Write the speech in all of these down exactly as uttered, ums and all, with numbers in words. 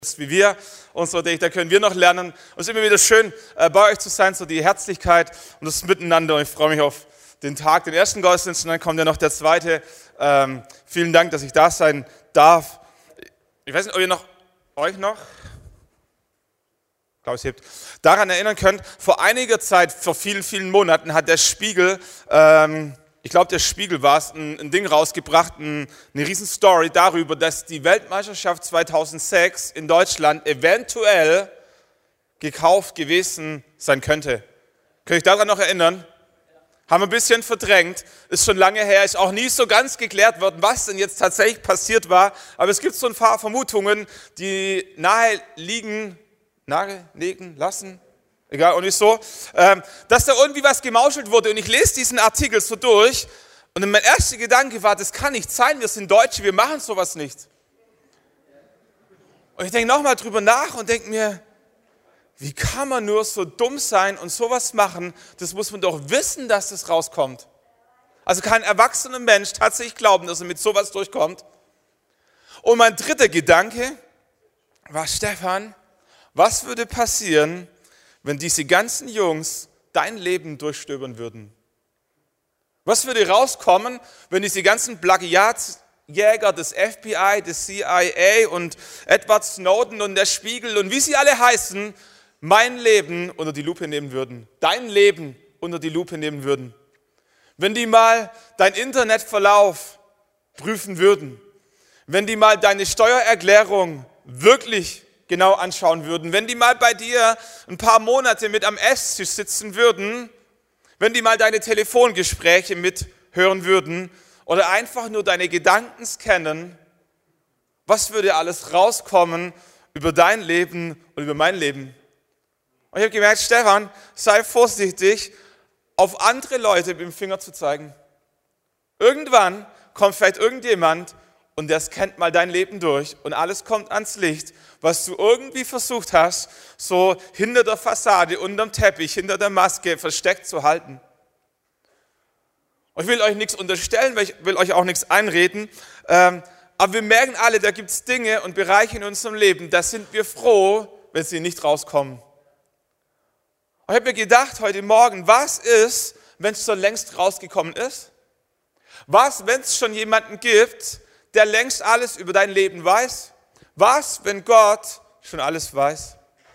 wie wir und so, da können wir noch lernen. Und es ist immer wieder schön, bei euch zu sein, so die Herzlichkeit und das Miteinander. Und ich freue mich auf den Tag, den ersten Gottesdienst und dann kommt ja noch der zweite. Ähm, vielen Dank, dass ich da sein darf. Ich weiß nicht, ob ihr noch, euch noch, Klaus hebt, daran erinnern könnt, vor einiger Zeit, vor vielen, vielen Monaten hat der Spiegel, ähm, ich glaube, der Spiegel war es, ein, ein Ding rausgebracht, ein, eine riesen Story darüber, dass die Weltmeisterschaft zweitausendsechs in Deutschland eventuell gekauft gewesen sein könnte. Könnt ihr euch daran noch erinnern? Haben wir ein bisschen verdrängt, ist schon lange her, ist auch nie so ganz geklärt worden, was denn jetzt tatsächlich passiert war. Aber es gibt so ein paar Vermutungen, die nahe liegen, nahe liegen lassen, egal, und nicht so, ähm, dass da irgendwie was gemauschelt wurde. Und ich lese diesen Artikel so durch und mein erster Gedanke war, das kann nicht sein, wir sind Deutsche, wir machen sowas nicht. Und ich denke nochmal drüber nach und denke mir, wie kann man nur so dumm sein und sowas machen? Das muss man doch wissen, dass das rauskommt. Also kann ein erwachsener Mensch tatsächlich glauben, dass er mit sowas durchkommt. Und mein dritter Gedanke war, Stefan, was würde passieren, wenn diese ganzen Jungs dein Leben durchstöbern würden? Was würde rauskommen, wenn diese ganzen Plagiatsjäger des F B I, des C I A und Edward Snowden und der Spiegel und wie sie alle heißen, mein Leben unter die Lupe nehmen würden, dein Leben unter die Lupe nehmen würden? Wenn die mal deinen Internetverlauf prüfen würden, wenn die mal deine Steuererklärung wirklich genau anschauen würden, wenn die mal bei dir ein paar Monate mit am Esstisch sitzen würden, wenn die mal deine Telefongespräche mithören würden oder einfach nur deine Gedanken scannen, was würde alles rauskommen über dein Leben und über mein Leben? Und ich habe gemerkt, Stefan, sei vorsichtig, auf andere Leute mit dem Finger zu zeigen. Irgendwann kommt vielleicht irgendjemand und der scannt mal dein Leben durch und alles kommt ans Licht, was du irgendwie versucht hast, so hinter der Fassade, unterm Teppich, hinter der Maske versteckt zu halten. Und ich will euch nichts unterstellen, weil ich will euch auch nichts einreden, ähm, aber wir merken alle, da gibt es Dinge und Bereiche in unserem Leben, da sind wir froh, wenn sie nicht rauskommen. Und ich habe mir gedacht heute Morgen, was ist, wenn es schon längst rausgekommen ist? Was, wenn es schon jemanden gibt, der längst alles über dein Leben weiß? Was, wenn Gott schon alles weiß?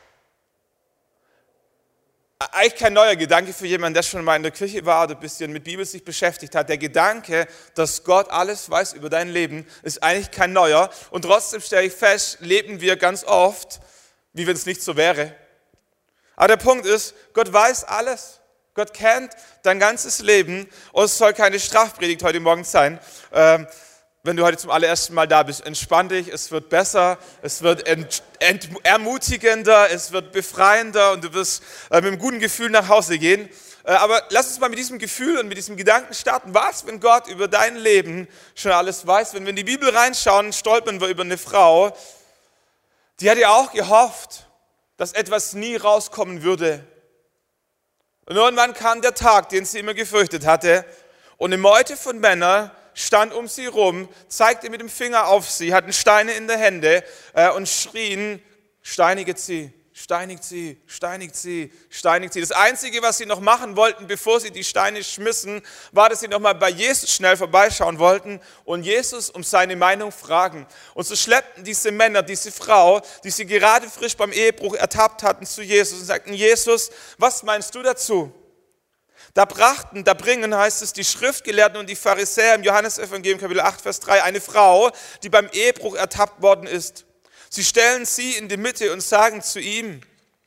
Eigentlich kein neuer Gedanke für jemanden, der schon mal in der Kirche war oder ein bisschen mit Bibel sich beschäftigt hat. Der Gedanke, dass Gott alles weiß über dein Leben, ist eigentlich kein neuer. Und trotzdem stelle ich fest, leben wir ganz oft, wie wenn es nicht so wäre. Aber der Punkt ist, Gott weiß alles. Gott kennt dein ganzes Leben und es soll keine Strafpredigt heute Morgen sein. Ähm, wenn du heute zum allerersten Mal da bist, entspann dich, es wird besser, es wird ent, ent, ermutigender, es wird befreiender und du wirst äh, mit einem guten Gefühl nach Hause gehen. Äh, aber lass uns mal mit diesem Gefühl und mit diesem Gedanken starten. Was, wenn Gott über dein Leben schon alles weiß? Wenn wir in die Bibel reinschauen, stolpern wir über eine Frau, die hat ja auch gehofft, dass etwas nie rauskommen würde. Und irgendwann kam der Tag, den sie immer gefürchtet hatte, und eine Meute von Männern stand um sie rum, zeigte mit dem Finger auf sie, hatten Steine in der Hände äh, und schrien, steinigt sie, steinigt sie, steinigt sie, steinigt sie. Das Einzige, was sie noch machen wollten, bevor sie die Steine schmissen, war, dass sie noch mal bei Jesus schnell vorbeischauen wollten und Jesus um seine Meinung fragen. Und so schleppten diese Männer, diese Frau, die sie gerade frisch beim Ehebruch ertappt hatten, zu Jesus und sagten, Jesus, was meinst du dazu? Da brachten, da bringen, heißt es, die Schriftgelehrten und die Pharisäer im Johannesevangelium Kapitel acht, Vers drei, eine Frau, die beim Ehebruch ertappt worden ist. Sie stellen sie in die Mitte und sagen zu ihm,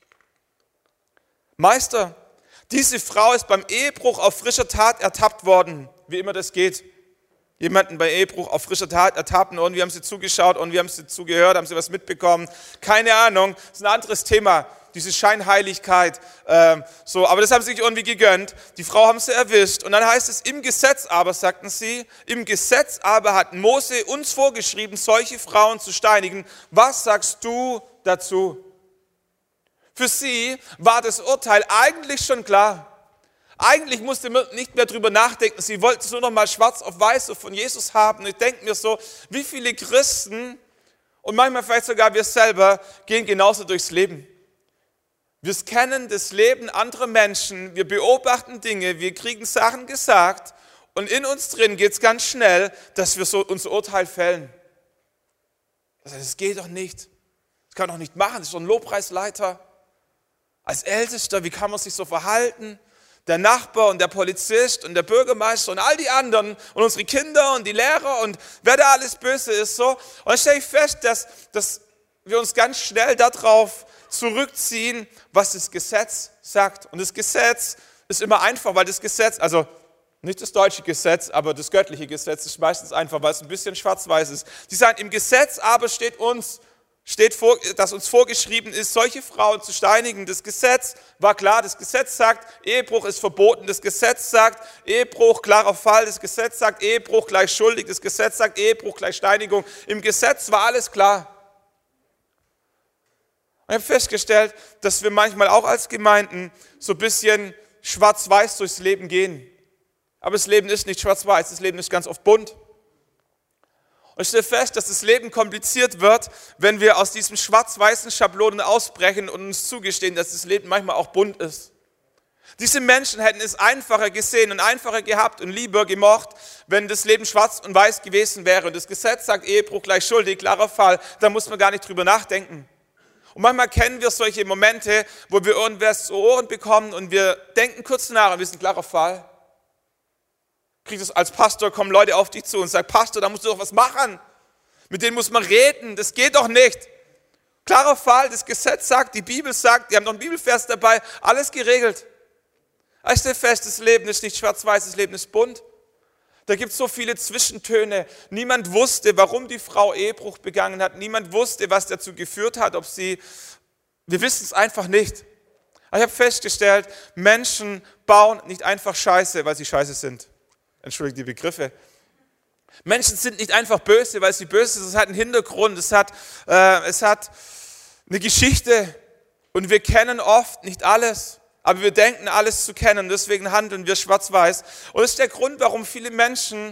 Meister, diese Frau ist beim Ehebruch auf frischer Tat ertappt worden, wie immer das geht. Jemanden bei Ehebruch auf frischer Tat ertappen und wir haben sie zugeschaut und wir haben sie zugehört, haben sie was mitbekommen. Keine Ahnung, das ist ein anderes Thema. Diese Scheinheiligkeit, ähm, so, aber das haben sie sich irgendwie gegönnt. Die Frau haben sie erwischt und dann heißt es, im Gesetz aber, sagten sie, im Gesetz aber hat Mose uns vorgeschrieben, solche Frauen zu steinigen. Was sagst du dazu? Für sie war das Urteil eigentlich schon klar. Eigentlich musste man nicht mehr drüber nachdenken, sie wollten es nur noch mal schwarz auf weiß so von Jesus haben. Und ich denke mir so, wie viele Christen Und manchmal vielleicht sogar wir selber gehen genauso durchs Leben. Wir kennen das Leben anderer Menschen, wir beobachten Dinge, wir kriegen Sachen gesagt und in uns drin geht es ganz schnell, dass wir so unser Urteil fällen. Das heißt, das geht doch nicht. Das kann man doch nicht machen, das ist doch ein Lobpreisleiter. Als Ältester, wie kann man sich so verhalten? Der Nachbar und der Polizist und der Bürgermeister und all die anderen und unsere Kinder und die Lehrer und wer da alles böse ist. So. Und dann stelle ich fest, dass, dass wir uns ganz schnell darauf zurückziehen, was das Gesetz sagt. Und das Gesetz ist immer einfach, weil das Gesetz, also nicht das deutsche Gesetz, aber das göttliche Gesetz ist meistens einfach, weil es ein bisschen schwarz-weiß ist. Die sagen, im Gesetz aber steht uns, steht vor, dass uns vorgeschrieben ist, solche Frauen zu steinigen. Das Gesetz war klar, das Gesetz sagt, Ehebruch ist verboten. Das Gesetz sagt, Ehebruch, klarer Fall. Das Gesetz sagt, Ehebruch gleich schuldig. Das Gesetz sagt, Ehebruch gleich Steinigung. Im Gesetz war alles klar. Ich habe festgestellt, dass wir manchmal auch als Gemeinden so ein bisschen schwarz-weiß durchs Leben gehen. Aber das Leben ist nicht schwarz-weiß, das Leben ist ganz oft bunt. Und ich stelle fest, dass das Leben kompliziert wird, wenn wir aus diesen schwarz-weißen Schablonen ausbrechen und uns zugestehen, dass das Leben manchmal auch bunt ist. Diese Menschen hätten es einfacher gesehen und einfacher gehabt und lieber gemocht, wenn das Leben schwarz und weiß gewesen wäre. Und das Gesetz sagt, Ehebruch gleich schuldig, klarer Fall, da muss man gar nicht drüber nachdenken. Und manchmal kennen wir solche Momente, wo wir irgendwas zu Ohren bekommen und wir denken kurz nach und wir sind ein klarer Fall. Kriegst es als Pastor, kommen Leute auf dich zu und sagen, Pastor, da musst du doch was machen. Mit denen muss man reden, das geht doch nicht. Klarer Fall, das Gesetz sagt, die Bibel sagt, die haben noch einen Bibelvers dabei, alles geregelt. Ich stelle fest, das Leben ist nicht schwarz-weiß, das Leben ist bunt. Da gibt es so viele Zwischentöne. Niemand wusste, warum die Frau Ehebruch begangen hat. Niemand wusste, was dazu geführt hat, ob sie, wir wissen es einfach nicht. Aber ich habe festgestellt, Menschen bauen nicht einfach Scheiße, weil sie scheiße sind. Entschuldigt die Begriffe. Menschen sind nicht einfach böse, weil sie böse sind. Es hat einen Hintergrund, es hat, äh, es hat eine Geschichte. Und wir kennen oft nicht alles. Aber wir denken, alles zu kennen, deswegen handeln wir schwarz-weiß. Und das ist der Grund, warum viele Menschen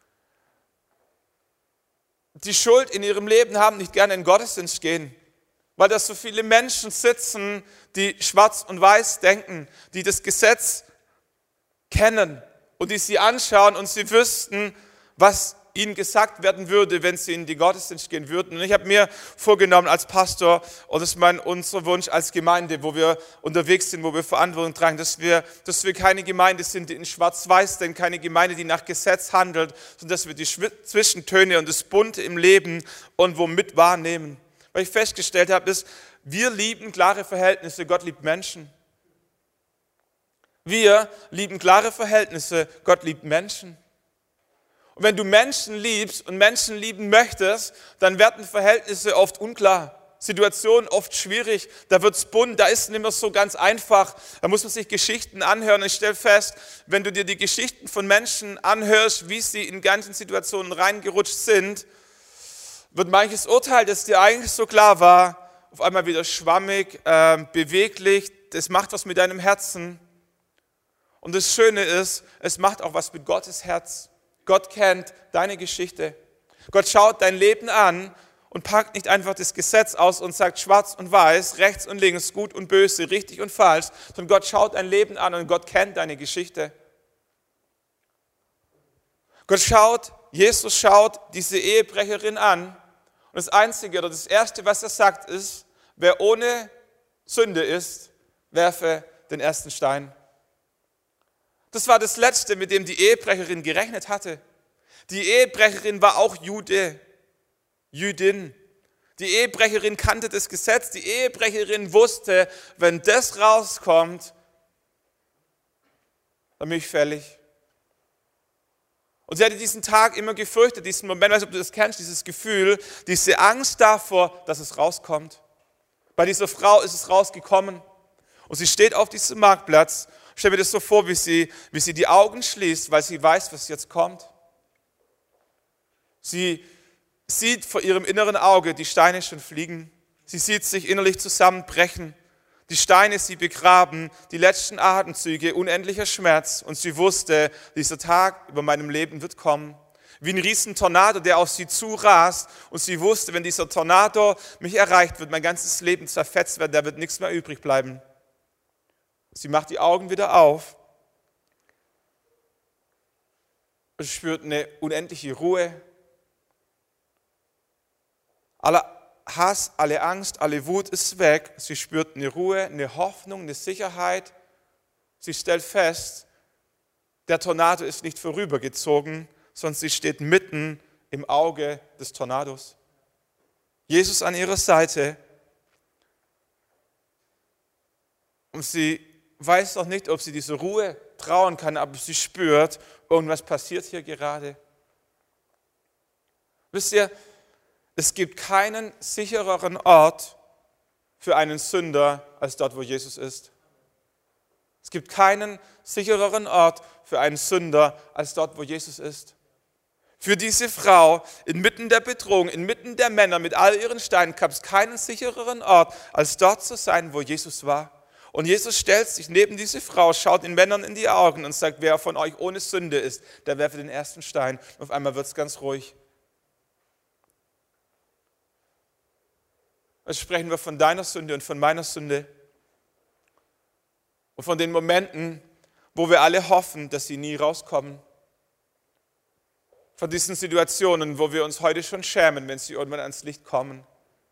die Schuld in ihrem Leben haben, nicht gerne in den Gottesdienst gehen. Weil da so viele Menschen sitzen, die schwarz und weiß denken, die das Gesetz kennen und die sie anschauen und sie wüssten, was ihnen gesagt werden würde, wenn sie in die Gottesdienst gehen würden. Und ich habe mir vorgenommen als Pastor, und das ist mein, unser Wunsch als Gemeinde, wo wir unterwegs sind, wo wir Verantwortung tragen, dass wir, dass wir keine Gemeinde sind, die in Schwarz-Weiß denkt, keine Gemeinde, die nach Gesetz handelt, sondern dass wir die Zwischentöne und das Bunte im Leben und womit wahrnehmen. Was ich festgestellt habe, ist, wir lieben klare Verhältnisse, Gott liebt Menschen. Wir lieben klare Verhältnisse, Gott liebt Menschen. Und wenn du Menschen liebst und Menschen lieben möchtest, dann werden Verhältnisse oft unklar, Situationen oft schwierig, da wird es bunt, da ist es nicht mehr so ganz einfach, da muss man sich Geschichten anhören. Und ich stelle fest, wenn du dir die Geschichten von Menschen anhörst, wie sie in ganzen Situationen reingerutscht sind, wird manches Urteil, das dir eigentlich so klar war, auf einmal wieder schwammig, äh, beweglich, das macht was mit deinem Herzen. Und das Schöne ist, es macht auch was mit Gottes Herz. Gott kennt deine Geschichte. Gott schaut dein Leben an und packt nicht einfach das Gesetz aus und sagt schwarz und weiß, rechts und links, gut und böse, richtig und falsch, sondern Gott schaut dein Leben an und Gott kennt deine Geschichte. Gott schaut, Jesus schaut diese Ehebrecherin an und das Einzige oder das Erste, was er sagt, ist, wer ohne Sünde ist, werfe den ersten Stein. Das war das Letzte, mit dem die Ehebrecherin gerechnet hatte. Die Ehebrecherin war auch Jude, Jüdin. Die Ehebrecherin kannte das Gesetz. Die Ehebrecherin wusste, wenn das rauskommt, dann bin ich fällig. Und sie hatte diesen Tag immer gefürchtet, diesen Moment, ich weiß nicht, ob du das kennst, dieses Gefühl, diese Angst davor, dass es rauskommt. Bei dieser Frau ist es rausgekommen. Und sie steht auf diesem Marktplatz. Stell mir das so vor, wie sie, wie sie die Augen schließt, weil sie weiß, was jetzt kommt. Sie sieht vor ihrem inneren Auge die Steine schon fliegen. Sie sieht sich innerlich zusammenbrechen. Die Steine sie begraben, die letzten Atemzüge, unendlicher Schmerz. Und sie wusste, dieser Tag über meinem Leben wird kommen. wie ein riesen Tornado, der auf sie zurast. Und sie wusste, wenn dieser Tornado mich erreicht, wird mein ganzes Leben zerfetzt werden, da wird nichts mehr übrig bleiben. Sie macht die Augen wieder auf und spürt eine unendliche Ruhe. Aller Hass, alle Angst, alle Wut ist weg. Sie spürt eine Ruhe, eine Hoffnung, eine Sicherheit. Sie stellt fest, der Tornado ist nicht vorübergezogen, sondern sie steht mitten im Auge des Tornados. Jesus an ihrer Seite. Und sie weiß noch nicht, ob sie diese Ruhe trauen kann, aber sie spürt, irgendwas passiert hier gerade. Wisst ihr, es gibt keinen sichereren Ort für einen Sünder als dort, wo Jesus ist. Es gibt keinen sichereren Ort für einen Sünder als dort, wo Jesus ist. Für diese Frau inmitten der Bedrohung, inmitten der Männer mit all ihren Steinen gab es keinen sichereren Ort, als dort zu sein, wo Jesus war. Und Jesus stellt sich neben diese Frau, schaut den Männern in die Augen und sagt, wer von euch ohne Sünde ist, der werfe den ersten Stein. Und auf einmal wird es ganz ruhig. Jetzt sprechen wir von deiner Sünde und von meiner Sünde. Und von den Momenten, wo wir alle hoffen, dass sie nie rauskommen. Von diesen Situationen, wo wir uns heute schon schämen, wenn sie irgendwann ans Licht kommen.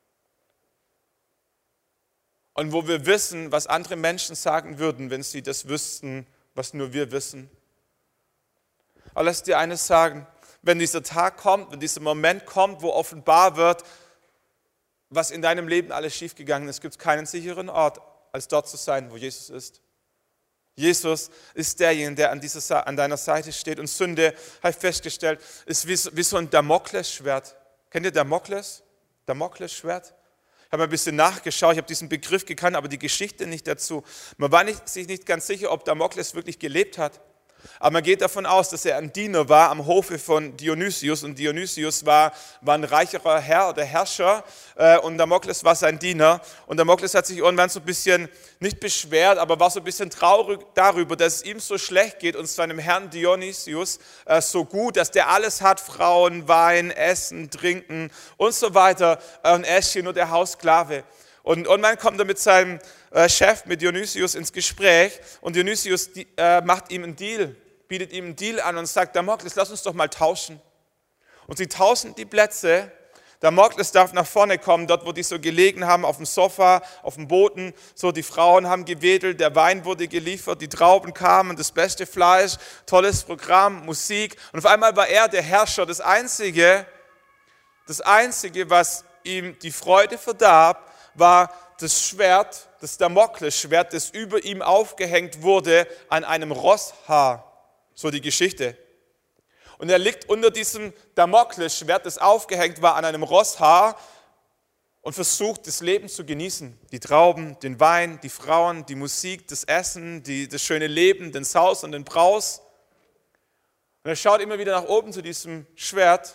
Und wo wir wissen, was andere Menschen sagen würden, wenn sie das wüssten, was nur wir wissen. Aber lass dir eines sagen, wenn dieser Tag kommt, wenn dieser Moment kommt, wo offenbar wird, was in deinem Leben alles schiefgegangen ist, gibt es keinen sicheren Ort, als dort zu sein, wo Jesus ist. Jesus ist derjenige, der an, dieser, an deiner Seite steht. Und Sünde, habe ich festgestellt, ist wie, wie so ein Damoklesschwert. Kennt ihr Damokles? Damoklesschwert? Ich habe mal ein bisschen nachgeschaut, ich habe diesen Begriff gekannt, aber die Geschichte nicht dazu. Man war nicht, sich nicht ganz sicher, ob Damokles wirklich gelebt hat. Aber man geht davon aus, dass er ein Diener war am Hofe von Dionysius. Und Dionysius war, war ein reicherer Herr oder Herrscher und Damokles war sein Diener. Und Damokles hat sich irgendwann so ein bisschen, nicht beschwert, aber war so ein bisschen traurig darüber, dass es ihm so schlecht geht und seinem Herrn Dionysius so gut, dass der alles hat, Frauen, Wein, Essen, Trinken und so weiter. Und er ist hier nur der Haussklave. Und irgendwann kommt er mit seinem Chef, mit Dionysius, ins Gespräch und Dionysius äh, macht ihm einen Deal, bietet ihm einen Deal an und sagt, Damokles, lass uns doch mal tauschen. Und sie tauschen die Plätze. Damokles darf nach vorne kommen, dort wo die so gelegen haben, auf dem Sofa, auf dem Boden. So, die Frauen haben gewedelt, der Wein wurde geliefert, die Trauben kamen, das beste Fleisch, tolles Programm, Musik. Und auf einmal war er der Herrscher. Das Einzige, das Einzige, was ihm die Freude verdarb, war das Schwert, das Damoklesschwert, das über ihm aufgehängt wurde an einem Rosshaar. So die Geschichte. Und er liegt unter diesem Damoklesschwert, das aufgehängt war an einem Rosshaar und versucht, das Leben zu genießen. Die Trauben, den Wein, die Frauen, die Musik, das Essen, die, das schöne Leben, den Saus und den Braus. Und er schaut immer wieder nach oben zu diesem Schwert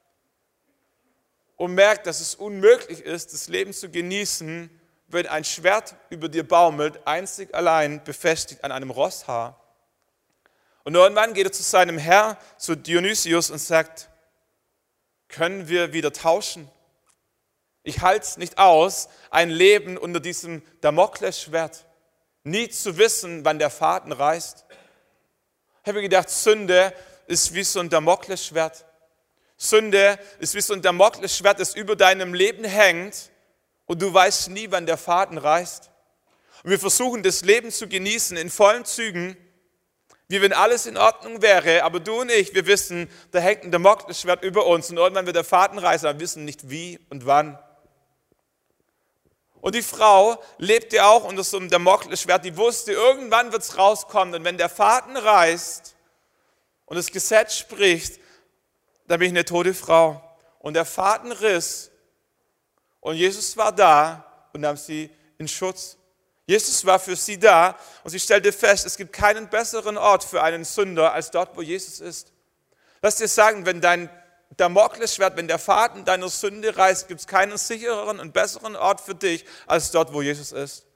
und merkt, dass es unmöglich ist, das Leben zu genießen, wenn ein Schwert über dir baumelt, einzig allein befestigt an einem Rosshaar. Und irgendwann geht er zu seinem Herr, zu Dionysius und sagt, können wir wieder tauschen? Ich halte es nicht aus, ein Leben unter diesem Damoklesschwert, nie zu wissen, wann der Faden reißt. Ich habe mir gedacht, Sünde ist wie so ein Damoklesschwert. Sünde ist wie so ein Damoklesschwert, das über deinem Leben hängt und du weißt nie, wann der Faden reißt. Und wir versuchen, das Leben zu genießen in vollen Zügen, wie wenn alles in Ordnung wäre, aber du und ich, wir wissen, da hängt ein Damoklesschwert über uns und irgendwann wird der Faden reißen, aber wir wissen nicht wie und wann. Und die Frau lebte auch unter so einem Damoklesschwert, die wusste, irgendwann wird es rauskommen und wenn der Faden reißt und das Gesetz spricht, dann bin ich eine tote Frau. Und der Faden riss und Jesus war da und nahm sie in Schutz. Jesus war für sie da und sie stellte fest, es gibt keinen besseren Ort für einen Sünder als dort, wo Jesus ist. Lass dir sagen, wenn dein Damoklesschwert, wenn der Faden deiner Sünde reißt, gibt es keinen sichereren und besseren Ort für dich als dort, wo Jesus ist.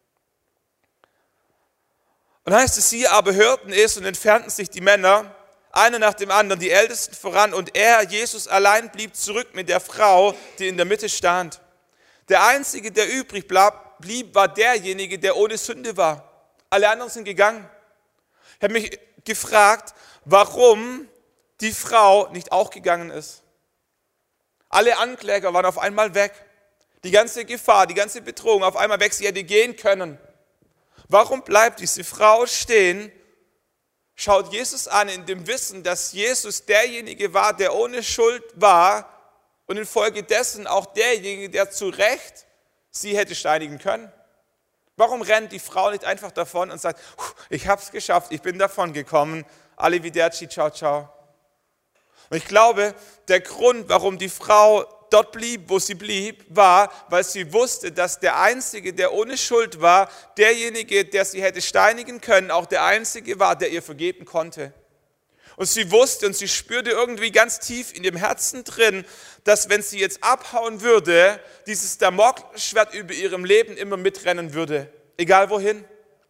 Und heißt es, sie aber hörten es und entfernten sich die Männer, einer nach dem anderen, die Ältesten voran, und er, Jesus allein, blieb zurück mit der Frau, die in der Mitte stand. Der Einzige, der übrig blieb, war derjenige, der ohne Sünde war. Alle anderen sind gegangen. Ich habe mich gefragt, warum die Frau nicht auch gegangen ist. Alle Ankläger waren auf einmal weg. Die ganze Gefahr, die ganze Bedrohung auf einmal weg. Sie hätte gehen können. Warum bleibt diese Frau stehen, schaut Jesus an in dem Wissen, dass Jesus derjenige war, der ohne Schuld war und infolgedessen auch derjenige, der zu Recht sie hätte steinigen können? Warum rennt die Frau nicht einfach davon und sagt, ich habe es geschafft, ich bin davon gekommen, arrivederci, ciao, ciao. Und ich glaube, der Grund, warum die Frau dort blieb, wo sie blieb, war, weil sie wusste, dass der Einzige, der ohne Schuld war, derjenige, der sie hätte steinigen können, auch der Einzige war, der ihr vergeben konnte. Und sie wusste und sie spürte irgendwie ganz tief in ihrem Herzen drin, dass wenn sie jetzt abhauen würde, dieses Damoklesschwert über ihrem Leben immer mitrennen würde, egal wohin.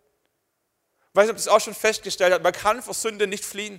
Ich weiß nicht, ob das auch schon festgestellt hat, man kann vor Sünde nicht fliehen.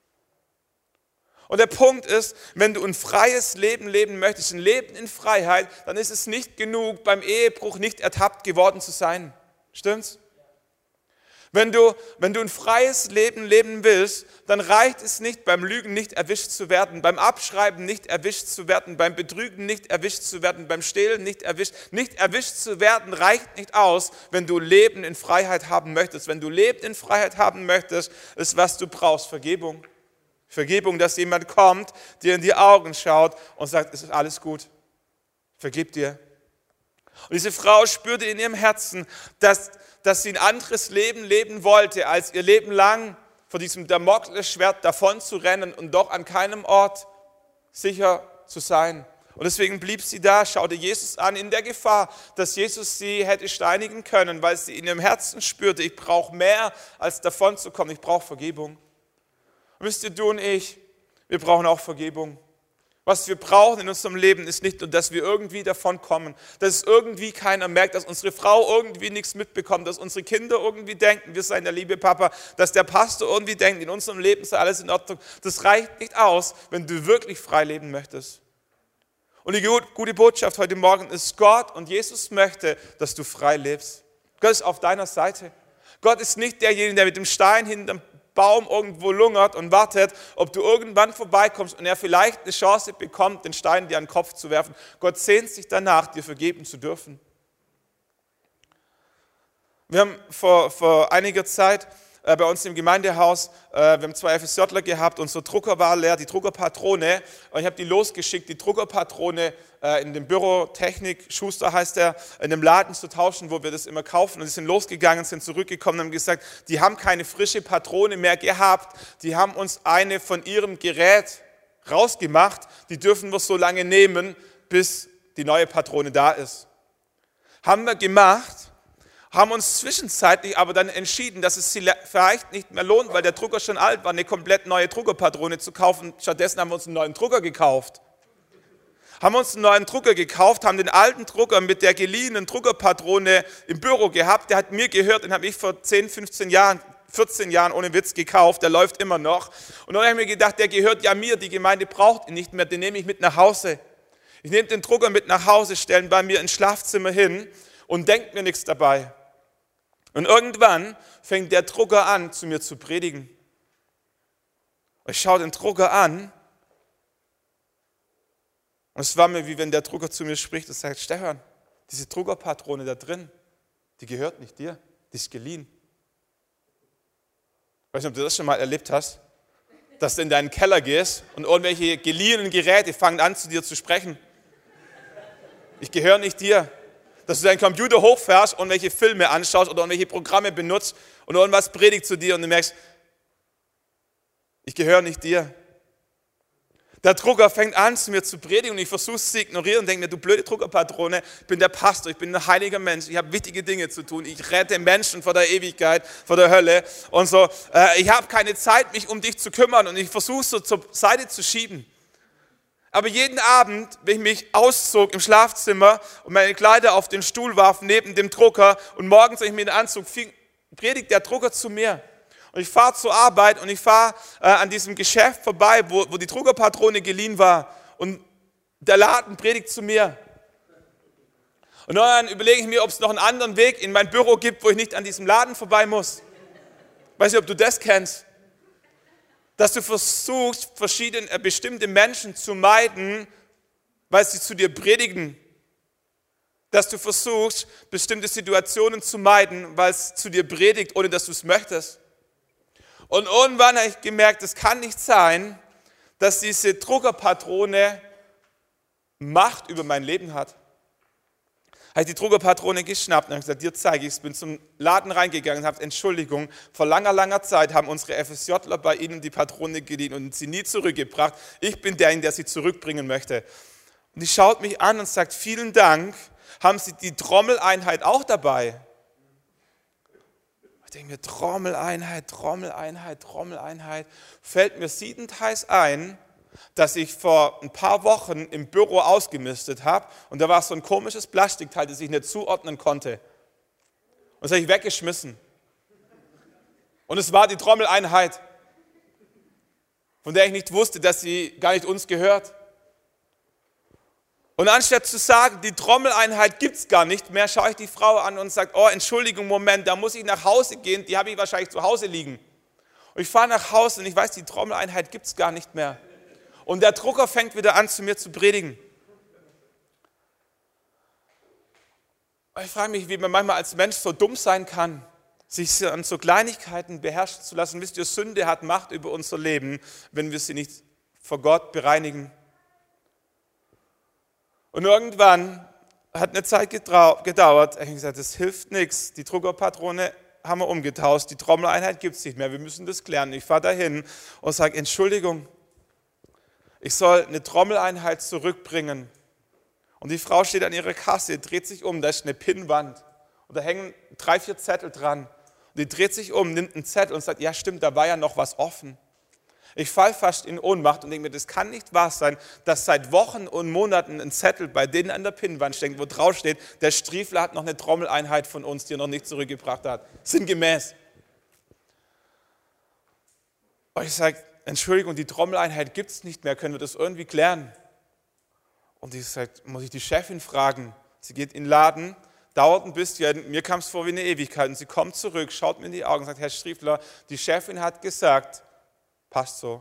Und der Punkt ist, wenn du ein freies Leben leben möchtest, ein Leben in Freiheit, dann ist es nicht genug, beim Ehebruch nicht ertappt geworden zu sein. Stimmt's? Wenn du, wenn du ein freies Leben leben willst, dann reicht es nicht, beim Lügen nicht erwischt zu werden, beim Abschreiben nicht erwischt zu werden, beim Betrügen nicht erwischt zu werden, beim Stehlen nicht erwischt. Nicht erwischt zu werden reicht nicht aus, wenn du Leben in Freiheit haben möchtest. Wenn du Leben in Freiheit haben möchtest, ist, was du brauchst, Vergebung. Vergebung, dass jemand kommt, dir in die Augen schaut und sagt, es ist alles gut, vergib dir. Und diese Frau spürte in ihrem Herzen, dass, dass sie ein anderes Leben leben wollte, als ihr Leben lang vor diesem Damoklesschwert davon zu rennen und doch an keinem Ort sicher zu sein. Und deswegen blieb sie da, schaute Jesus an in der Gefahr, dass Jesus sie hätte steinigen können, weil sie in ihrem Herzen spürte, ich brauche mehr als davon zu kommen, ich brauche Vergebung. Und wisst ihr, du und ich, wir brauchen auch Vergebung. Was wir brauchen in unserem Leben ist nicht nur, dass wir irgendwie davon kommen, dass es irgendwie keiner merkt, dass unsere Frau irgendwie nichts mitbekommt, dass unsere Kinder irgendwie denken, wir seien der liebe Papa, dass der Pastor irgendwie denkt, in unserem Leben sei alles in Ordnung. Das reicht nicht aus, wenn du wirklich frei leben möchtest. Und die gute Botschaft heute Morgen ist, Gott und Jesus möchte, dass du frei lebst. Gott ist auf deiner Seite. Gott ist nicht derjenige, der mit dem Stein hinterm Baum irgendwo lungert und wartet, ob du irgendwann vorbeikommst und er vielleicht eine Chance bekommt, den Stein dir an den Kopf zu werfen. Gott sehnt sich danach, dir vergeben zu dürfen. Wir haben vor, vor einiger Zeit äh, bei uns im Gemeindehaus, äh, wir haben zwei FSJler gehabt, unser Drucker war leer, die Druckerpatrone, und ich habe die losgeschickt, die Druckerpatrone äh, in dem Büro Technik, Schuster heißt der, in dem Laden zu tauschen, wo wir das immer kaufen. Und sie sind losgegangen, sind zurückgekommen und haben gesagt, die haben keine frische Patrone mehr gehabt, die haben uns eine von ihrem Gerät rausgemacht, die dürfen wir so lange nehmen, bis die neue Patrone da ist. Haben wir gemacht, haben uns zwischenzeitlich aber dann entschieden, dass es sich vielleicht nicht mehr lohnt, weil der Drucker schon alt war, eine komplett neue Druckerpatrone zu kaufen. Stattdessen haben wir uns einen neuen Drucker gekauft. Haben uns einen neuen Drucker gekauft, haben den alten Drucker mit der geliehenen Druckerpatrone im Büro gehabt. Der hat mir gehört, den habe ich vor zehn, fünfzehn Jahren, vierzehn Jahren ohne Witz gekauft. Der läuft immer noch. Und dann habe ich mir gedacht, der gehört ja mir, die Gemeinde braucht ihn nicht mehr, den nehme ich mit nach Hause. Ich nehme den Drucker mit nach Hause, stelle ihn bei mir ins Schlafzimmer hin und denke mir nichts dabei. Und irgendwann fängt der Drucker an, zu mir zu predigen. Ich schaue den Drucker an und es war mir, wie wenn der Drucker zu mir spricht und sagt, Stefan, diese Druckerpatrone da drin, die gehört nicht dir, die ist geliehen. Ich weiß nicht, ob du das schon mal erlebt hast, dass du in deinen Keller gehst und irgendwelche geliehenen Geräte fangen an, zu dir zu sprechen. Ich gehöre nicht dir. Dass du deinen Computer hochfährst und irgendwelche Filme anschaust oder irgendwelche Programme benutzt und irgendwas predigt zu dir und du merkst, ich gehöre nicht dir. Der Drucker fängt an, zu mir zu predigen und ich versuche es zu ignorieren und denke mir, du blöde Druckerpatrone, ich bin der Pastor, ich bin ein heiliger Mensch, ich habe wichtige Dinge zu tun, ich rette Menschen vor der Ewigkeit, vor der Hölle und so. Äh, ich habe keine Zeit, mich um dich zu kümmern und ich versuche es so zur Seite zu schieben. Aber jeden Abend, wenn ich mich auszog im Schlafzimmer und meine Kleider auf den Stuhl warf neben dem Drucker und morgens, wenn ich mir den Anzug fing, predigt der Drucker zu mir. Und ich fahre zur Arbeit und ich fahre äh, an diesem Geschäft vorbei, wo, wo die Druckerpatrone geliehen war. Und der Laden predigt zu mir. Und dann überlege ich mir, ob es noch einen anderen Weg in mein Büro gibt, wo ich nicht an diesem Laden vorbei muss. Weiß nicht, ob du das kennst. Dass du versuchst, verschiedene, äh, bestimmte Menschen zu meiden, weil sie zu dir predigen. Dass du versuchst, bestimmte Situationen zu meiden, weil es zu dir predigt, ohne dass du es möchtest. Und irgendwann habe ich gemerkt, es kann nicht sein, dass diese Druckerpatrone Macht über mein Leben hat. Habe ich die Druckerpatrone geschnappt und habe gesagt, dir zeige ich es. Bin zum Laden reingegangen und habe Entschuldigung, vor langer, langer Zeit haben unsere FSJler bei Ihnen die Patrone geliehen und sie nie zurückgebracht. Ich bin derjenige, der sie zurückbringen möchte. Und die schaut mich an und sagt, vielen Dank, haben Sie die Trommeleinheit auch dabei? Ich denke mir, Trommeleinheit, Trommeleinheit, Trommeleinheit. Fällt mir siedend heiß ein, dass ich vor ein paar Wochen im Büro ausgemistet habe und da war so ein komisches Plastikteil, das ich nicht zuordnen konnte. Und das habe ich weggeschmissen. Und es war die Trommeleinheit, von der ich nicht wusste, dass sie gar nicht uns gehört. Und anstatt zu sagen, die Trommeleinheit gibt es gar nicht mehr, schaue ich die Frau an und sage, oh, Entschuldigung, Moment, da muss ich nach Hause gehen, die habe ich wahrscheinlich zu Hause liegen. Und ich fahre nach Hause und ich weiß, die Trommeleinheit gibt es gar nicht mehr. Und der Drucker fängt wieder an, zu mir zu predigen. Und ich frage mich, wie man manchmal als Mensch so dumm sein kann, sich an so Kleinigkeiten beherrschen zu lassen. Wisst ihr, Sünde hat Macht über unser Leben, wenn wir sie nicht vor Gott bereinigen. Und irgendwann hat eine Zeit gedauert, ich habe gesagt, das hilft nichts, die Druckerpatrone haben wir umgetauscht, die Trommeleinheit gibt es nicht mehr, wir müssen das klären. Ich fahre dahin und sage, Entschuldigung, ich soll eine Trommeleinheit zurückbringen. Und die Frau steht an ihrer Kasse, dreht sich um, da ist eine Pinnwand und da hängen drei, vier Zettel dran. Und die dreht sich um, nimmt einen Zettel und sagt, ja stimmt, da war ja noch was offen. Ich falle fast in Ohnmacht und denke mir, das kann nicht wahr sein, dass seit Wochen und Monaten ein Zettel bei denen an der Pinnwand steckt, wo drauf steht, der Striefler hat noch eine Trommeleinheit von uns, die er noch nicht zurückgebracht hat. Sinngemäß. Und ich sage, Entschuldigung, die Trommeleinheit gibt es nicht mehr, können wir das irgendwie klären? Und ich sage, muss ich die Chefin fragen? Sie geht in den Laden, dauert ein bisschen, mir kam es vor wie eine Ewigkeit und sie kommt zurück, schaut mir in die Augen und sagt, Herr Striefler, die Chefin hat gesagt, passt so.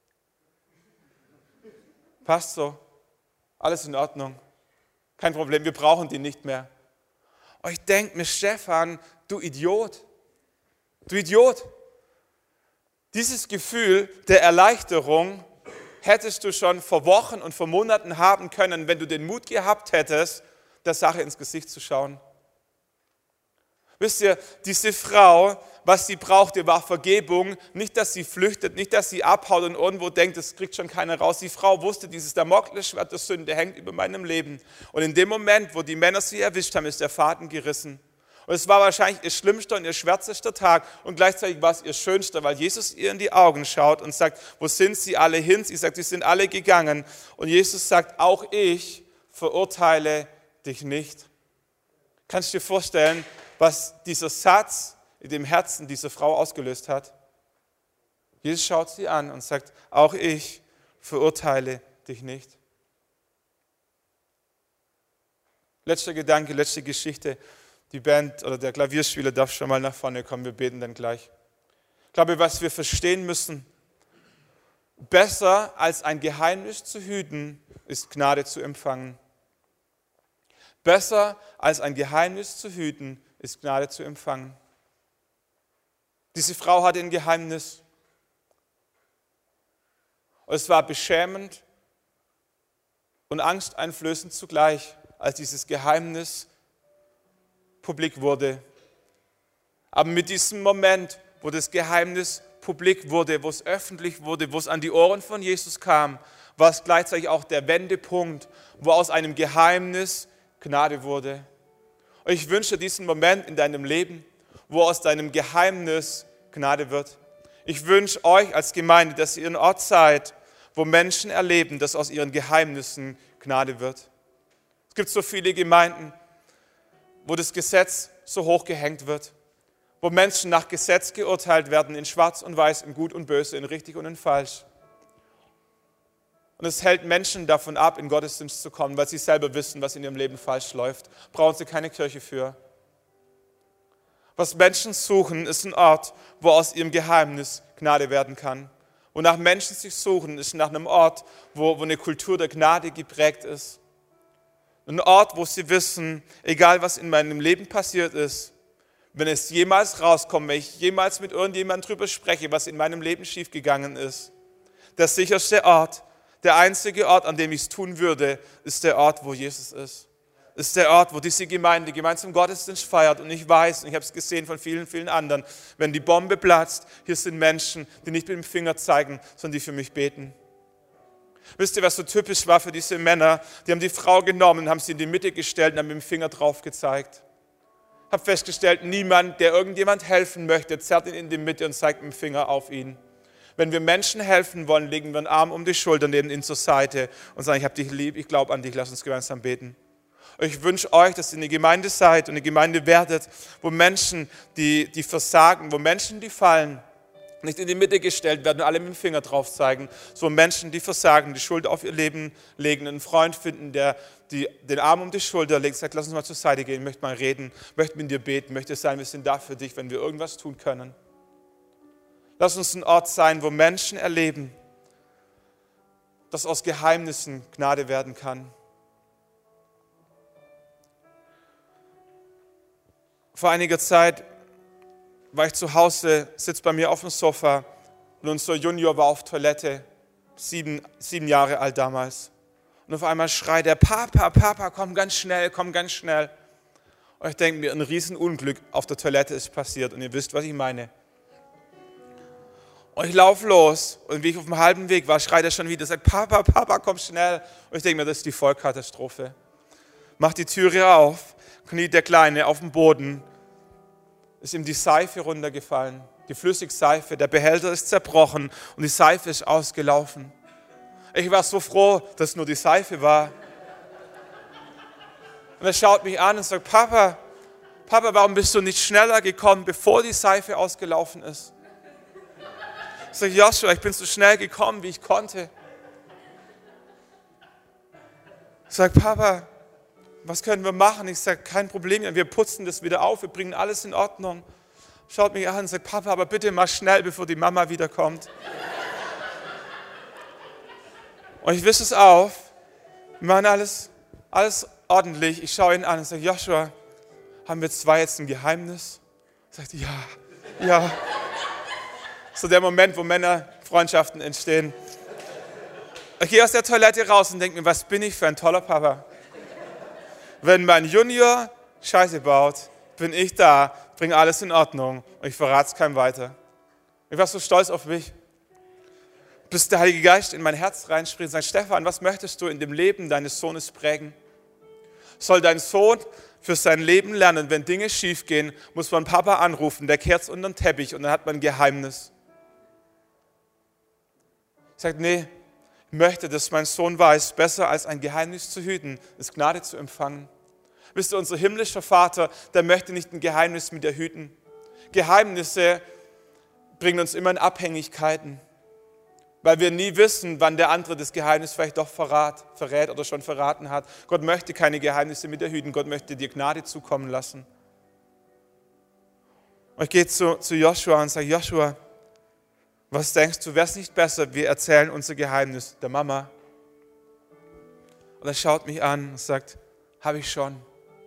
Passt so. Alles in Ordnung. Kein Problem, wir brauchen die nicht mehr. Und ich denke mir, Stefan, du Idiot. Du Idiot. Dieses Gefühl der Erleichterung hättest du schon vor Wochen und vor Monaten haben können, wenn du den Mut gehabt hättest, der Sache ins Gesicht zu schauen. Wisst ihr, diese Frau, was sie brauchte, war Vergebung. Nicht, dass sie flüchtet, nicht, dass sie abhaut und irgendwo denkt, das kriegt schon keiner raus. Die Frau wusste, dieses Damoklesschwert der Sünde hängt über meinem Leben. Und in dem Moment, wo die Männer sie erwischt haben, ist der Faden gerissen. Und es war wahrscheinlich ihr schlimmster und ihr schwärzester Tag und gleichzeitig war es ihr schönster, weil Jesus ihr in die Augen schaut und sagt, wo sind sie alle hin? Sie sagt, sie sind alle gegangen. Und Jesus sagt, auch ich verurteile dich nicht. Kannst du dir vorstellen, was dieser Satz in dem Herzen dieser Frau ausgelöst hat? Jesus schaut sie an und sagt, auch ich verurteile dich nicht. Letzter Gedanke, letzte Geschichte. Die Band oder der Klavierspieler darf schon mal nach vorne kommen, wir beten dann gleich. Ich glaube, was wir verstehen müssen, besser als ein Geheimnis zu hüten, ist Gnade zu empfangen. Besser als ein Geheimnis zu hüten, ist Gnade zu empfangen. Diese Frau hatte ein Geheimnis. Und es war beschämend und angsteinflößend zugleich, als dieses Geheimnis publik wurde. Aber mit diesem Moment, wo das Geheimnis publik wurde, wo es öffentlich wurde, wo es an die Ohren von Jesus kam, war es gleichzeitig auch der Wendepunkt, wo aus einem Geheimnis Gnade wurde. Und ich wünsche diesen Moment in deinem Leben, wo aus deinem Geheimnis Gnade wird. Ich wünsche euch als Gemeinde, dass ihr ein Ort seid, wo Menschen erleben, dass aus ihren Geheimnissen Gnade wird. Es gibt so viele Gemeinden, wo das Gesetz so hoch gehängt wird, wo Menschen nach Gesetz geurteilt werden, in Schwarz und Weiß, in Gut und Böse, in Richtig und in Falsch. Und es hält Menschen davon ab, in Gottesdienst zu kommen, weil sie selber wissen, was in ihrem Leben falsch läuft. Brauchen sie keine Kirche für. Was Menschen suchen, ist ein Ort, wo aus ihrem Geheimnis Gnade werden kann. Wonach Menschen sich suchen, ist nach einem Ort, wo, wo eine Kultur der Gnade geprägt ist. Ein Ort, wo sie wissen, egal was in meinem Leben passiert ist, wenn es jemals rauskommt, wenn ich jemals mit irgendjemandem drüber spreche, was in meinem Leben schiefgegangen ist, der sicherste Ort, der einzige Ort, an dem ich es tun würde, ist der Ort, wo Jesus ist. Ist der Ort, wo diese Gemeinde gemeinsam Gottesdienst feiert. Und ich weiß, und ich habe es gesehen von vielen, vielen anderen, wenn die Bombe platzt, hier sind Menschen, die nicht mit dem Finger zeigen, sondern die für mich beten. Wisst ihr, was so typisch war für diese Männer? Die haben die Frau genommen, haben sie in die Mitte gestellt und haben mit dem Finger drauf gezeigt. Ich habe festgestellt, niemand, der irgendjemand helfen möchte, zerrt ihn in die Mitte und zeigt mit dem Finger auf ihn. Wenn wir Menschen helfen wollen, legen wir einen Arm um die Schulter, nehmen ihn zur Seite und sagen, ich habe dich lieb, ich glaube an dich, lass uns gemeinsam beten. Und ich wünsche euch, dass ihr eine Gemeinde seid und eine Gemeinde werdet, wo Menschen, die, die versagen, wo Menschen, die fallen, nicht in die Mitte gestellt werden und alle mit dem Finger drauf zeigen, so Menschen, die versagen, die Schuld auf ihr Leben legen, einen Freund finden, der die, den Arm um die Schulter legt, sagt, lass uns mal zur Seite gehen, ich möchte mal reden, möchte mit dir beten, möchte sein, wir sind da für dich, wenn wir irgendwas tun können. Lass uns ein Ort sein, wo Menschen erleben, dass aus Geheimnissen Gnade werden kann. Vor einiger Zeit war ich zu Hause, sitze bei mir auf dem Sofa und unser Junior war auf Toilette, sieben, sieben Jahre alt damals. Und auf einmal schreit er, Papa, Papa, komm ganz schnell, komm ganz schnell. Und ich denke mir, ein Riesenunglück auf der Toilette ist passiert und ihr wisst, was ich meine. Und ich laufe los und wie ich auf dem halben Weg war, schreit er schon wieder, sagt, Papa, Papa, komm schnell. Und ich denke mir, das ist die Vollkatastrophe. Mach die Türe auf, kniet der Kleine auf dem Boden, ist ihm die Seife runtergefallen, die Flüssigseife, der Behälter ist zerbrochen und die Seife ist ausgelaufen. Ich war so froh, dass es nur die Seife war. Und er schaut mich an und sagt, Papa, Papa, warum bist du nicht schneller gekommen, bevor die Seife ausgelaufen ist? Ich sage, Joshua, ich bin so schnell gekommen, wie ich konnte. Ich sage, Papa, was können wir machen? Ich sage, kein Problem, wir putzen das wieder auf, wir bringen alles in Ordnung. Schaut mich an und sagt, Papa, aber bitte mal schnell, bevor die Mama wiederkommt. Und ich wische es auf, wir machen alles, alles ordentlich. Ich schaue ihn an und sage, Joshua, haben wir zwei jetzt ein Geheimnis? Er sagt, ja, ja. So der Moment, wo Männerfreundschaften entstehen. Ich gehe aus der Toilette raus und denke mir, was bin ich für ein toller Papa. Wenn mein Junior Scheiße baut, bin ich da, bringe alles in Ordnung und ich verrate es keinem weiter. Ich war so stolz auf mich, bis der Heilige Geist in mein Herz reinspricht und sagt, Stefan, was möchtest du in dem Leben deines Sohnes prägen? Soll dein Sohn für sein Leben lernen, wenn Dinge schief gehen, muss man Papa anrufen, der kehrt es unter den Teppich und dann hat man ein Geheimnis. Ich sage, nee, ich möchte, dass mein Sohn weiß, besser als ein Geheimnis zu hüten, ist Gnade zu empfangen. Wisst ihr, unser himmlischer Vater, der möchte nicht ein Geheimnis mit dir hüten. Geheimnisse bringen uns immer in Abhängigkeiten, weil wir nie wissen, wann der andere das Geheimnis vielleicht doch verrat, verrät oder schon verraten hat. Gott möchte keine Geheimnisse mit dir hüten, Gott möchte dir Gnade zukommen lassen. Und ich gehe zu, zu Joshua und sage, Joshua, was denkst du, wäre es nicht besser, wir erzählen unser Geheimnis der Mama? Und er schaut mich an und sagt, habe ich schon.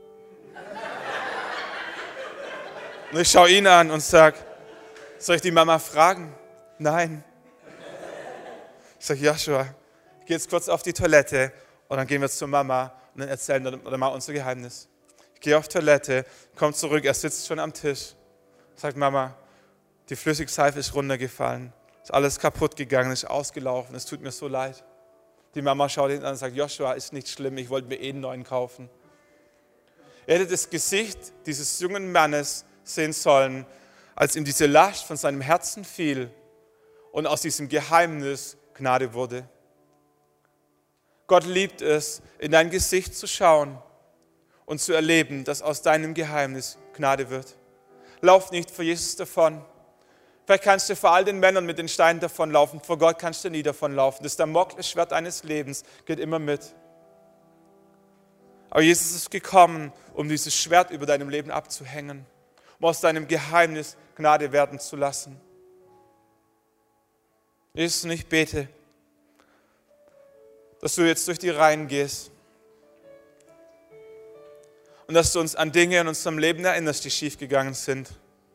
Und ich schaue ihn an und sage, soll ich die Mama fragen? Nein. Ich sage, Joshua, ich gehe jetzt kurz auf die Toilette und dann gehen wir zur Mama und dann erzählen wir der Mama unser Geheimnis. Ich gehe auf Toilette, komme zurück, er sitzt schon am Tisch. Sagt, Mama, die Flüssigseife ist runtergefallen, ist alles kaputt gegangen, ist ausgelaufen, es tut mir so leid. Die Mama schaut ihn an und sagt, Joshua, ist nicht schlimm, ich wollte mir eh einen neuen kaufen. Er hätte das Gesicht dieses jungen Mannes sehen sollen, als ihm diese Last von seinem Herzen fiel und aus diesem Geheimnis Gnade wurde. Gott liebt es, in dein Gesicht zu schauen und zu erleben, dass aus deinem Geheimnis Gnade wird. Lauf nicht vor Jesus davon. Vielleicht kannst du vor all den Männern mit den Steinen davonlaufen, vor Gott kannst du nie davonlaufen. Das Damoklesschwert deines Lebens geht immer mit. Aber Jesus ist gekommen, um dieses Schwert über deinem Leben abzuhängen, um aus deinem Geheimnis Gnade werden zu lassen. Jesus, und ich bete, dass du jetzt durch die Reihen gehst und dass du uns an Dinge in unserem Leben erinnerst, die schiefgegangen sind.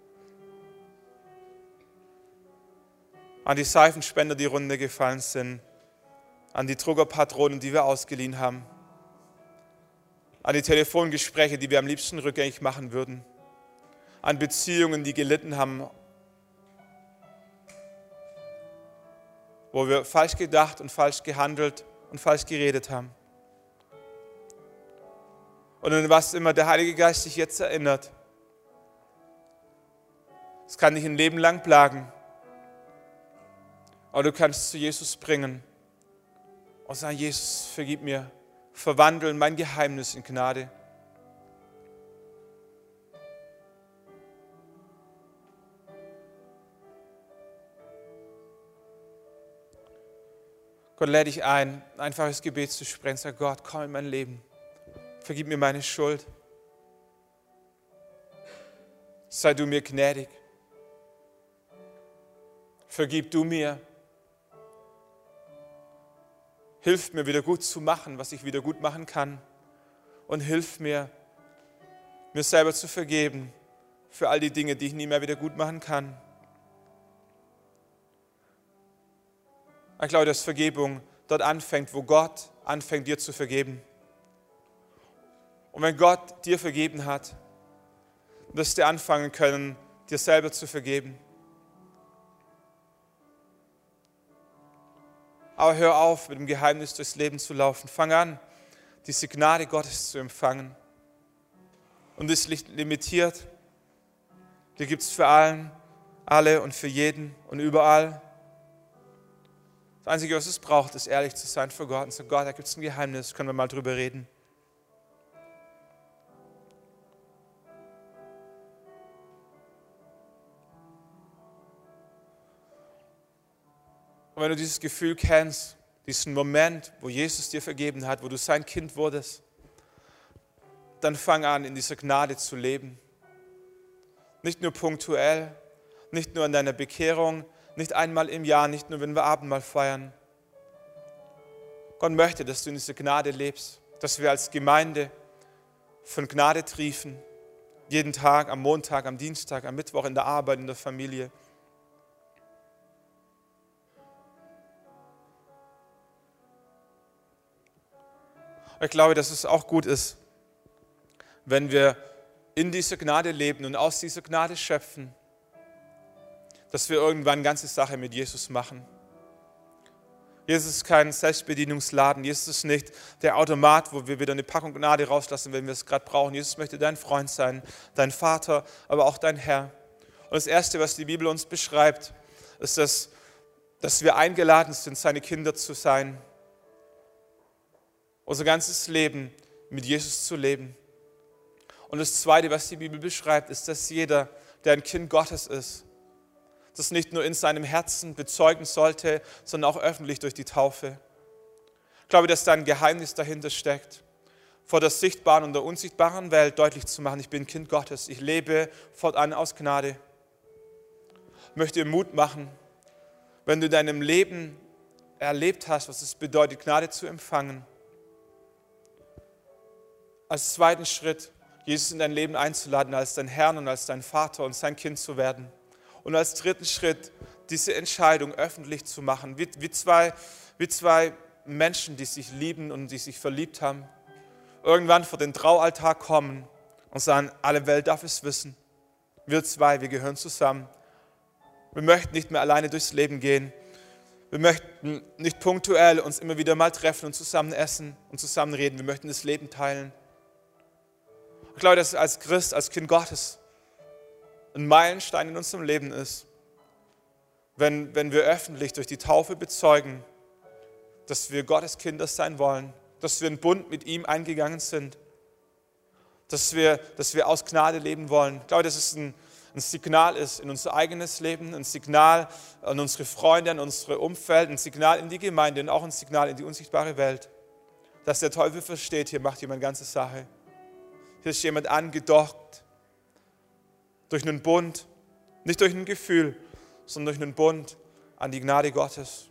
An die Seifenspender, die runtergefallen sind, an die Druckerpatronen, die wir ausgeliehen haben, an die Telefongespräche, die wir am liebsten rückgängig machen würden, an Beziehungen, die gelitten haben, wo wir falsch gedacht und falsch gehandelt und falsch geredet haben. Und an was immer der Heilige Geist dich jetzt erinnert, es kann dich ein Leben lang plagen, aber du kannst es zu Jesus bringen und sagen, Jesus, vergib mir, verwandeln mein Geheimnis in Gnade. Gott lädt dich ein, ein einfaches Gebet zu sprechen. Sag, Gott, komm in mein Leben. Vergib mir meine Schuld. Sei du mir gnädig. Vergib du mir. Hilf mir, wieder gut zu machen, was ich wieder gut machen kann. Und hilf mir, mir selber zu vergeben für all die Dinge, die ich nie mehr wieder gut machen kann. Ich glaube, dass Vergebung dort anfängt, wo Gott anfängt, dir zu vergeben. Und wenn Gott dir vergeben hat, wirst du anfangen können, dir selber zu vergeben. Aber hör auf, mit dem Geheimnis durchs Leben zu laufen. Fang an, diese Gnade Gottes zu empfangen. Und ist nicht limitiert. Die gibt es für allen, alle und für jeden und überall. Das Einzige, was es braucht, ist ehrlich zu sein vor Gott und zu sagen, Gott, da gibt es ein Geheimnis, können wir mal drüber reden. Und wenn du dieses Gefühl kennst, diesen Moment, wo Jesus dir vergeben hat, wo du sein Kind wurdest, dann fang an, in dieser Gnade zu leben. Nicht nur punktuell, nicht nur in deiner Bekehrung, nicht einmal im Jahr, nicht nur, wenn wir Abendmahl feiern. Gott möchte, dass du in dieser Gnade lebst, dass wir als Gemeinde von Gnade triefen, jeden Tag, am Montag, am Dienstag, am Mittwoch, in der Arbeit, in der Familie. Ich glaube, dass es auch gut ist, wenn wir in dieser Gnade leben und aus dieser Gnade schöpfen, dass wir irgendwann eine ganze Sache mit Jesus machen. Jesus ist kein Selbstbedienungsladen. Jesus ist nicht der Automat, wo wir wieder eine Packung Gnade rauslassen, wenn wir es gerade brauchen. Jesus möchte dein Freund sein, dein Vater, aber auch dein Herr. Und das Erste, was die Bibel uns beschreibt, ist, dass, dass wir eingeladen sind, seine Kinder zu sein. Unser ganzes Leben mit Jesus zu leben. Und das Zweite, was die Bibel beschreibt, ist, dass jeder, der ein Kind Gottes ist, das nicht nur in seinem Herzen bezeugen sollte, sondern auch öffentlich durch die Taufe. Ich glaube, dass da ein Geheimnis dahinter steckt, vor der sichtbaren und der unsichtbaren Welt deutlich zu machen, ich bin Kind Gottes, ich lebe fortan aus Gnade. Ich möchte dir Mut machen, wenn du in deinem Leben erlebt hast, was es bedeutet, Gnade zu empfangen, als zweiten Schritt, Jesus in dein Leben einzuladen, als dein Herrn und als dein Vater und sein Kind zu werden. Und als dritten Schritt, diese Entscheidung öffentlich zu machen, wie, wie, zwei, wie zwei Menschen, die sich lieben und die sich verliebt haben, irgendwann vor den Traualtar kommen und sagen, alle Welt darf es wissen. Wir zwei, wir gehören zusammen. Wir möchten nicht mehr alleine durchs Leben gehen. Wir möchten nicht punktuell uns immer wieder mal treffen und zusammen essen und zusammen reden. Wir möchten das Leben teilen. Ich glaube, dass als Christ, als Kind Gottes ein Meilenstein in unserem Leben ist, wenn, wenn wir öffentlich durch die Taufe bezeugen, dass wir Gottes Kinder sein wollen, dass wir einen Bund mit ihm eingegangen sind, dass wir, dass wir aus Gnade leben wollen. Ich glaube, das ist ein, ein Signal ist in unser eigenes Leben, ein Signal an unsere Freunde, an unsere Umfeld, ein Signal in die Gemeinde und auch ein Signal in die unsichtbare Welt, dass der Teufel versteht, hier macht jemand ganze Sache. Hier ist jemand angedockt durch einen Bund, nicht durch ein Gefühl, sondern durch einen Bund an die Gnade Gottes.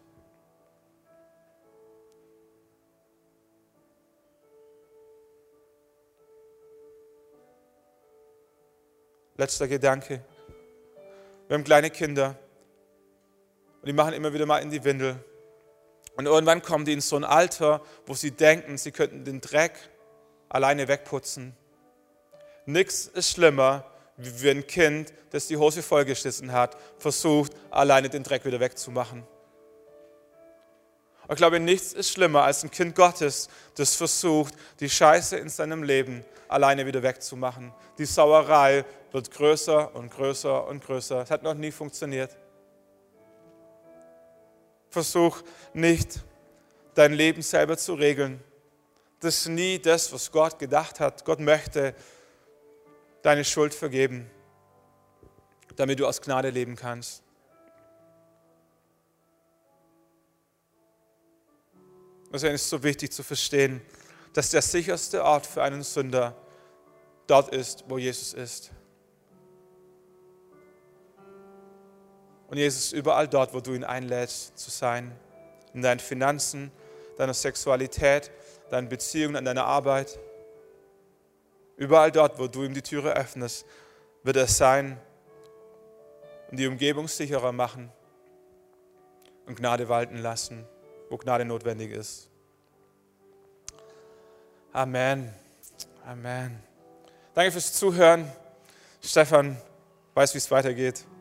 Letzter Gedanke. Wir haben kleine Kinder und die machen immer wieder mal in die Windel. Und irgendwann kommen die in so ein Alter, wo sie denken, sie könnten den Dreck alleine wegputzen. Nichts ist schlimmer, wie wenn ein Kind, das die Hose vollgeschissen hat, versucht, alleine den Dreck wieder wegzumachen. Und ich glaube, nichts ist schlimmer als ein Kind Gottes, das versucht, die Scheiße in seinem Leben alleine wieder wegzumachen. Die Sauerei wird größer und größer und größer. Es hat noch nie funktioniert. Versuch nicht, dein Leben selber zu regeln. Das ist nie das, was Gott gedacht hat. Gott möchte deine Schuld vergeben, damit du aus Gnade leben kannst. Deswegen ist es so wichtig zu verstehen, dass der sicherste Ort für einen Sünder dort ist, wo Jesus ist. Und Jesus ist überall dort, wo du ihn einlädst zu sein. In deinen Finanzen, deiner Sexualität, deinen Beziehungen, an deiner Arbeit. Überall dort, wo du ihm die Türe öffnest, wird er sein und die Umgebung sicherer machen und Gnade walten lassen, wo Gnade notwendig ist. Amen. Amen. Danke fürs Zuhören. Stefan weiß, wie es weitergeht.